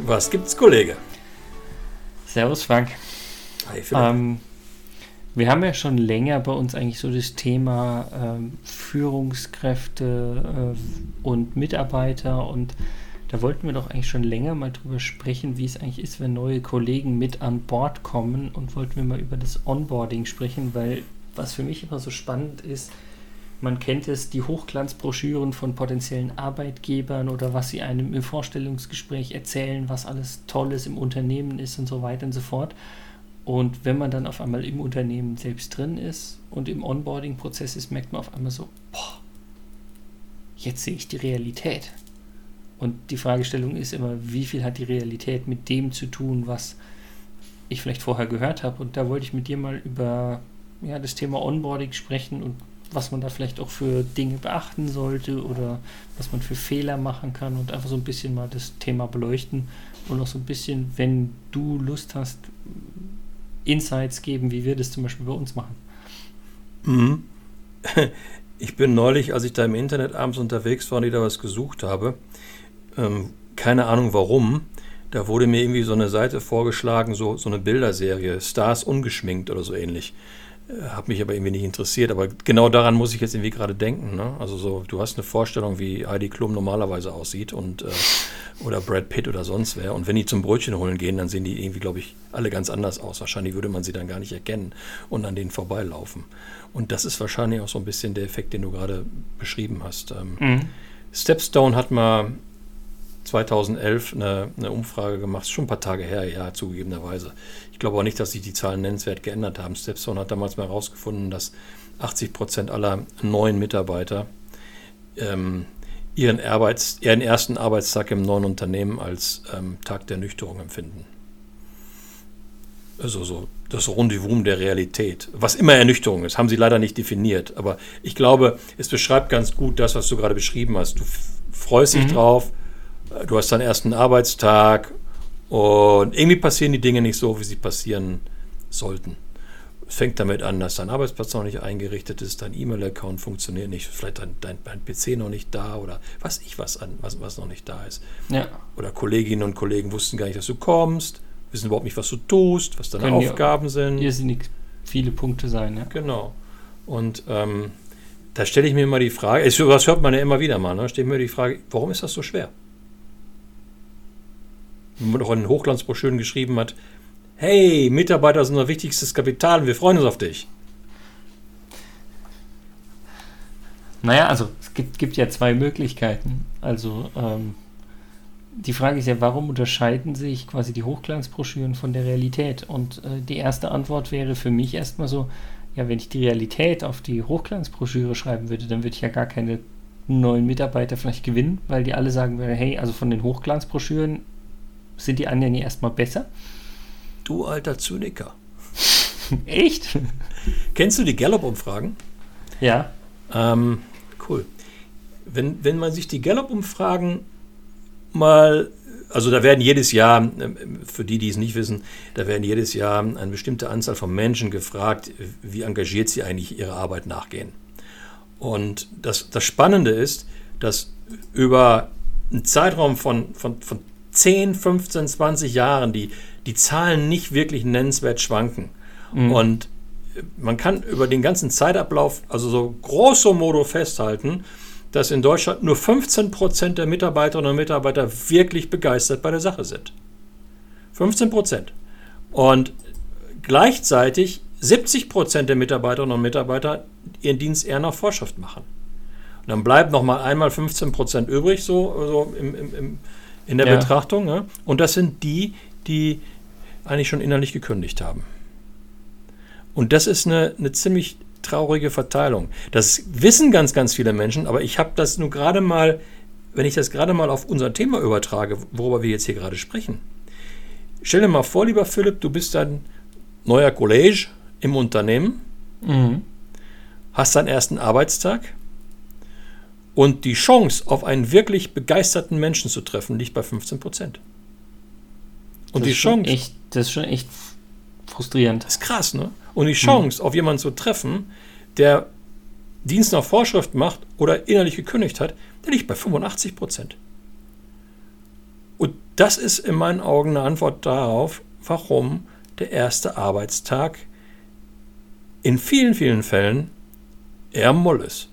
Was gibt's, Kollege? Servus, Frank. Hi, Philipp. Wir haben ja schon länger bei uns eigentlich so das Thema Führungskräfte und Mitarbeiter, und da wollten wir doch eigentlich schon länger mal drüber sprechen, wie es eigentlich ist, wenn neue Kollegen mit an Bord kommen, und wollten wir mal über das Onboarding sprechen, weil was für mich immer so spannend ist, man kennt es, die Hochglanzbroschüren von potenziellen Arbeitgebern oder was sie einem im Vorstellungsgespräch erzählen, was alles Tolles im Unternehmen ist und so weiter und so fort. Und wenn man dann auf einmal im Unternehmen selbst drin ist und im Onboarding-Prozess ist, merkt man auf einmal so, boah, jetzt sehe ich die Realität. Und die Fragestellung ist immer, wie viel hat die Realität mit dem zu tun, was ich vielleicht vorher gehört habe. Und da wollte ich mit dir mal über das Thema Onboarding sprechen und was man da vielleicht auch für Dinge beachten sollte oder was man für Fehler machen kann und einfach so ein bisschen mal das Thema beleuchten und auch so ein bisschen, wenn du Lust hast, Insights geben, wie wir das zum Beispiel bei uns machen. Mhm. Ich bin neulich, als ich da im Internet abends unterwegs war und da was gesucht habe, keine Ahnung warum, da wurde mir irgendwie so eine Seite vorgeschlagen, so eine Bilderserie, Stars ungeschminkt oder so ähnlich. Hat mich aber irgendwie nicht interessiert, aber genau daran muss ich jetzt irgendwie gerade denken, ne? Also so, du hast eine Vorstellung, wie Heidi Klum normalerweise aussieht und oder Brad Pitt oder sonst wer, und wenn die zum Brötchen holen gehen, dann sehen die irgendwie, glaube ich, alle ganz anders aus. Wahrscheinlich würde man sie dann gar nicht erkennen und an denen vorbeilaufen. Und das ist wahrscheinlich auch so ein bisschen der Effekt, den du gerade beschrieben hast. Stepstone hat mal 2011 eine Umfrage gemacht, schon ein paar Tage her, ja, zugegebenerweise. Ich glaube auch nicht, dass sich die Zahlen nennenswert geändert haben. Stepstone hat damals mal herausgefunden, dass 80% aller neuen Mitarbeiter ihren ersten Arbeitstag im neuen Unternehmen als Tag der Nüchterung empfinden. Also so das Rendezvous der Realität. Was immer Ernüchterung ist, haben sie leider nicht definiert. Aber ich glaube, es beschreibt ganz gut das, was du gerade beschrieben hast. Du freust dich drauf, du hast deinen ersten Arbeitstag und irgendwie passieren die Dinge nicht so, wie sie passieren sollten. Es fängt damit an, dass dein Arbeitsplatz noch nicht eingerichtet ist, dein E-Mail-Account funktioniert nicht, vielleicht dein PC noch nicht da oder was noch nicht da ist. Ja. Oder Kolleginnen und Kollegen wussten gar nicht, dass du kommst, wissen überhaupt nicht, was du tust, was deine Aufgaben sind. Hier sind nicht viele Punkte sein, ja. Genau. Und da stelle ich mir immer die Frage, das hört man ja immer wieder mal, ne? Stelle ich mir die Frage, warum ist das so schwer? Wenn man doch in den Hochglanzbroschüren geschrieben hat, hey, Mitarbeiter sind unser wichtigstes Kapital und wir freuen uns auf dich. Naja, also es gibt ja zwei Möglichkeiten. Also die Frage ist ja, warum unterscheiden sich quasi die Hochglanzbroschüren von der Realität? Und die erste Antwort wäre für mich erstmal so, ja, wenn ich die Realität auf die Hochglanzbroschüre schreiben würde, dann würde ich ja gar keine neuen Mitarbeiter vielleicht gewinnen, weil die alle sagen würden, hey, also von den Hochglanzbroschüren sind die anderen ja erstmal besser. Du alter Zyniker. Echt? Kennst du die Gallup-Umfragen? Ja. Cool. Wenn man sich die Gallup-Umfragen mal, also da werden jedes Jahr, für die es nicht wissen, da werden jedes Jahr eine bestimmte Anzahl von Menschen gefragt, wie engagiert sie eigentlich ihrer Arbeit nachgehen. Und das Spannende ist, dass über einen Zeitraum von 10, 15, 20 Jahren die Zahlen nicht wirklich nennenswert schwanken. Und man kann über den ganzen Zeitablauf, also so grosso modo festhalten, dass in Deutschland nur 15% der Mitarbeiterinnen und Mitarbeiter wirklich begeistert bei der Sache sind. 15%. Und gleichzeitig 70% der Mitarbeiterinnen und Mitarbeiter ihren Dienst eher nach Vorschrift machen. Und dann bleibt noch mal einmal 15% übrig, so in der Betrachtung. Ne? Und das sind die eigentlich schon innerlich gekündigt haben. Und das ist eine ziemlich traurige Verteilung. Das wissen ganz, ganz viele Menschen, aber ich habe das nur gerade mal, wenn ich das gerade mal auf unser Thema übertrage, worüber wir jetzt hier gerade sprechen. Stell dir mal vor, lieber Philipp, du bist ein neuer Kollege im Unternehmen, hast deinen ersten Arbeitstag und die Chance, auf einen wirklich begeisterten Menschen zu treffen, liegt bei 15%. Und die Chance... Das ist schon echt frustrierend. Das ist krass, ne? Und die Chance, auf jemanden zu treffen, der Dienst nach Vorschrift macht oder innerlich gekündigt hat, der liegt bei 85%. Und Das ist in meinen Augen eine Antwort darauf, warum der erste Arbeitstag in vielen, vielen Fällen eher Moll ist.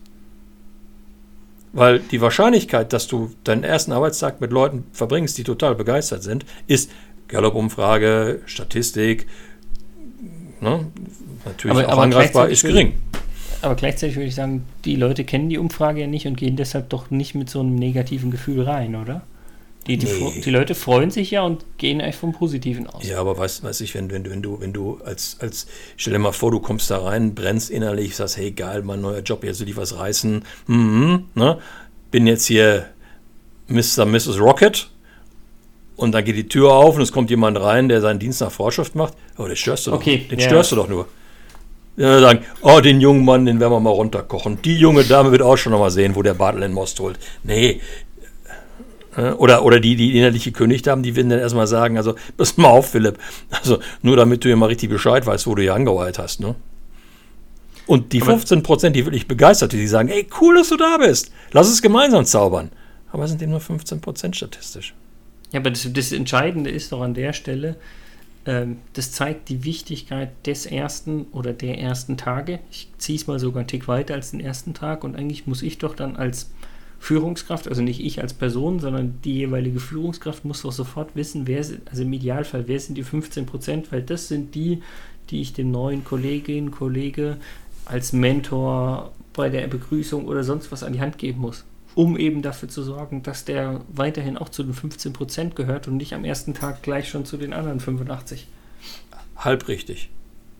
Weil die Wahrscheinlichkeit, dass du deinen ersten Arbeitstag mit Leuten verbringst, die total begeistert sind, ist Gallup-Umfrage, Statistik, ne, natürlich auch angreifbar, ist gering. Aber gleichzeitig würde ich sagen, die Leute kennen die Umfrage ja nicht und gehen deshalb doch nicht mit so einem negativen Gefühl rein, oder? Die Leute freuen sich ja und gehen eigentlich vom Positiven aus. Ja, aber weiß ich, wenn du als stell dir mal vor, du kommst da rein, brennst innerlich, sagst, hey geil, mein neuer Job, jetzt will ich was reißen, ne? Bin jetzt hier Mr. Mrs. Rocket und dann geht die Tür auf und es kommt jemand rein, der seinen Dienst nach Vorschrift macht, den störst du doch. Den störst du doch nur. Ja, sagen, den jungen Mann, den werden wir mal runterkochen. Die junge Dame wird auch schon noch mal sehen, wo der Bartel den Most holt. Nee. Oder die innerliche Königdame, die werden dann erstmal sagen, also, pass mal auf, Philipp. Also, nur damit du hier mal richtig Bescheid weißt, wo du hier angeheuert hast, ne? Und die 15%, die wirklich begeistert sind, die sagen, ey, cool, dass du da bist. Lass uns gemeinsam zaubern. Aber es sind eben nur 15% statistisch. Ja, aber das Entscheidende ist doch an der Stelle, das zeigt die Wichtigkeit des ersten oder der ersten Tage. Ich ziehe es mal sogar einen Tick weiter als den ersten Tag und eigentlich muss ich doch dann als Führungskraft, also nicht ich als Person, sondern die jeweilige Führungskraft muss doch sofort wissen, also im Idealfall, wer sind die 15%, weil das sind die ich dem neuen Kollege als Mentor bei der Begrüßung oder sonst was an die Hand geben muss, um eben dafür zu sorgen, dass der weiterhin auch zu den 15% gehört und nicht am ersten Tag gleich schon zu den anderen 85%. Halb richtig.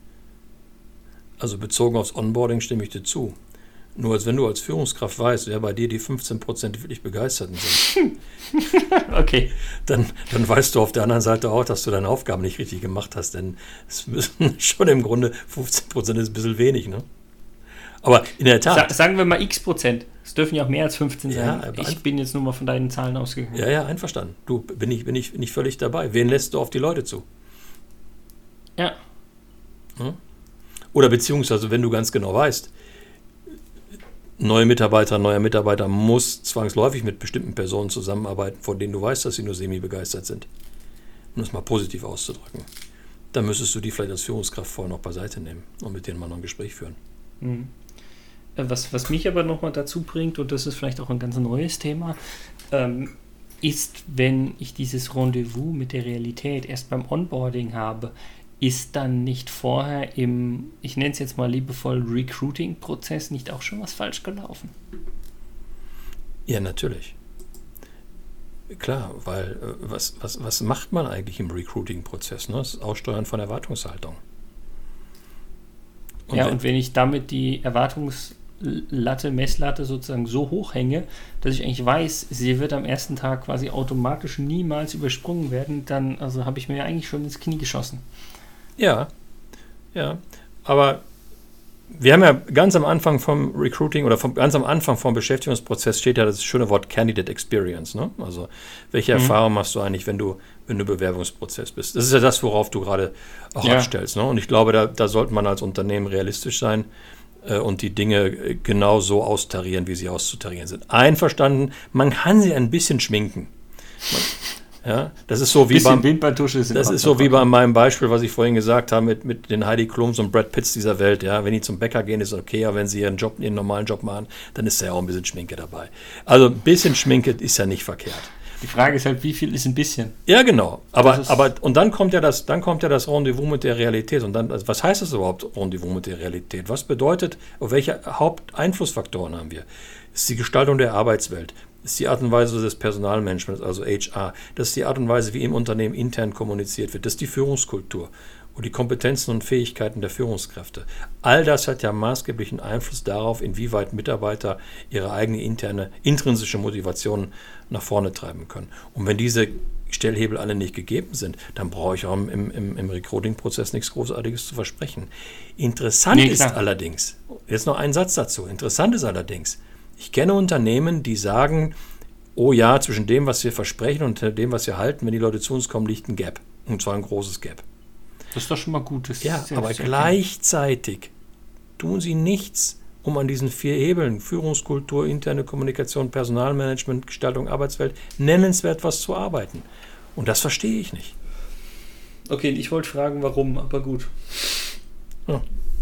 Also bezogen aufs Onboarding stimme ich dir zu. Nur als wenn du als Führungskraft weißt, wer bei dir die 15% die wirklich Begeisterten sind, okay. Dann weißt du auf der anderen Seite auch, dass du deine Aufgaben nicht richtig gemacht hast, denn es müssen schon im Grunde 15% ist ein bisschen wenig, ne? Aber in der Tat. Sagen wir mal x%. Es dürfen ja auch mehr als 15 sein. Ja, ich bin jetzt nur mal von deinen Zahlen ausgegangen. Ja, einverstanden. Du, bin ich völlig dabei. Wen lässt du auf die Leute zu? Ja. Oder beziehungsweise, wenn du ganz genau weißt, neuer Mitarbeiter muss zwangsläufig mit bestimmten Personen zusammenarbeiten, von denen du weißt, dass sie nur semi-begeistert sind. Um das mal positiv auszudrücken. Dann müsstest du die vielleicht als Führungskraft vorher noch beiseite nehmen und mit denen mal noch ein Gespräch führen. Was mich aber nochmal dazu bringt, und das ist vielleicht auch ein ganz neues Thema, ist, wenn ich dieses Rendezvous mit der Realität erst beim Onboarding habe, ist dann nicht vorher im, ich nenne es jetzt mal liebevoll, Recruiting-Prozess nicht auch schon was falsch gelaufen? Ja, natürlich. Klar, weil was macht man eigentlich im Recruiting-Prozess? Ne? Das Aussteuern von Erwartungshaltung. Und wenn ich damit die Messlatte sozusagen so hoch hänge, dass ich eigentlich weiß, sie wird am ersten Tag quasi automatisch niemals übersprungen werden, dann habe ich mir eigentlich schon ins Knie geschossen. Ja, aber wir haben ja ganz am Anfang vom Recruiting oder ganz am Anfang vom Beschäftigungsprozess steht ja das schöne Wort Candidate Experience, ne? Also welche Erfahrung machst du eigentlich, wenn du im Bewerbungsprozess bist? Das ist ja das, worauf du gerade auch abstellst, ne? Und ich glaube, da sollte man als Unternehmen realistisch sein und die Dinge genau so austarieren, wie sie auszutarieren sind. Einverstanden, man kann sie ein bisschen schminken. Ja, das ist so wie bei meinem Beispiel, was ich vorhin gesagt habe, mit den Heidi Klums und Brad Pitts dieser Welt. Ja, wenn die zum Bäcker gehen, ist okay, aber wenn sie ihren normalen Job machen, dann ist da ja auch ein bisschen Schminke dabei. Also ein bisschen Schminke ist ja nicht verkehrt. Die Frage ist halt, wie viel ist ein bisschen? Ja, genau. Aber und dann kommt ja das Rendezvous mit der Realität. Und dann, also was heißt das überhaupt, Rendezvous mit der Realität? Was bedeutet, welche Haupteinflussfaktoren haben wir? Das ist die Gestaltung der Arbeitswelt. Das ist die Art und Weise des Personalmanagements, also HR. Das ist die Art und Weise, wie im Unternehmen intern kommuniziert wird. Das ist die Führungskultur und die Kompetenzen und Fähigkeiten der Führungskräfte. All das hat ja maßgeblichen Einfluss darauf, inwieweit Mitarbeiter ihre eigene intrinsische Motivation nach vorne treiben können. Und wenn diese Stellhebel alle nicht gegeben sind, dann brauche ich auch im Recruiting-Prozess nichts Großartiges zu versprechen. Interessant ist allerdings, jetzt noch ein Satz dazu, interessant ist allerdings, ich kenne Unternehmen, die sagen, oh ja, zwischen dem, was wir versprechen und dem, was wir halten, wenn die Leute zu uns kommen, liegt ein Gap. Und zwar ein großes Gap. Das ist doch schon mal gut. Aber gleichzeitig tun sie nichts, um an diesen 4 Hebeln, Führungskultur, interne Kommunikation, Personalmanagement, Gestaltung, Arbeitswelt, nennenswert was zu arbeiten. Und das verstehe ich nicht. Okay, ich wollte fragen, warum, aber gut. Ja.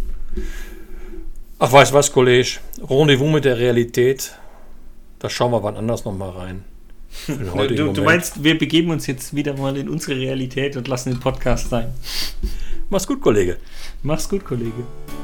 Ach, weißt was, Kollege? Rendezvous mit der Realität. Da schauen wir wann anders nochmal rein. Du meinst, wir begeben uns jetzt wieder mal in unsere Realität und lassen den Podcast sein. Mach's gut, Kollege. Mach's gut, Kollege.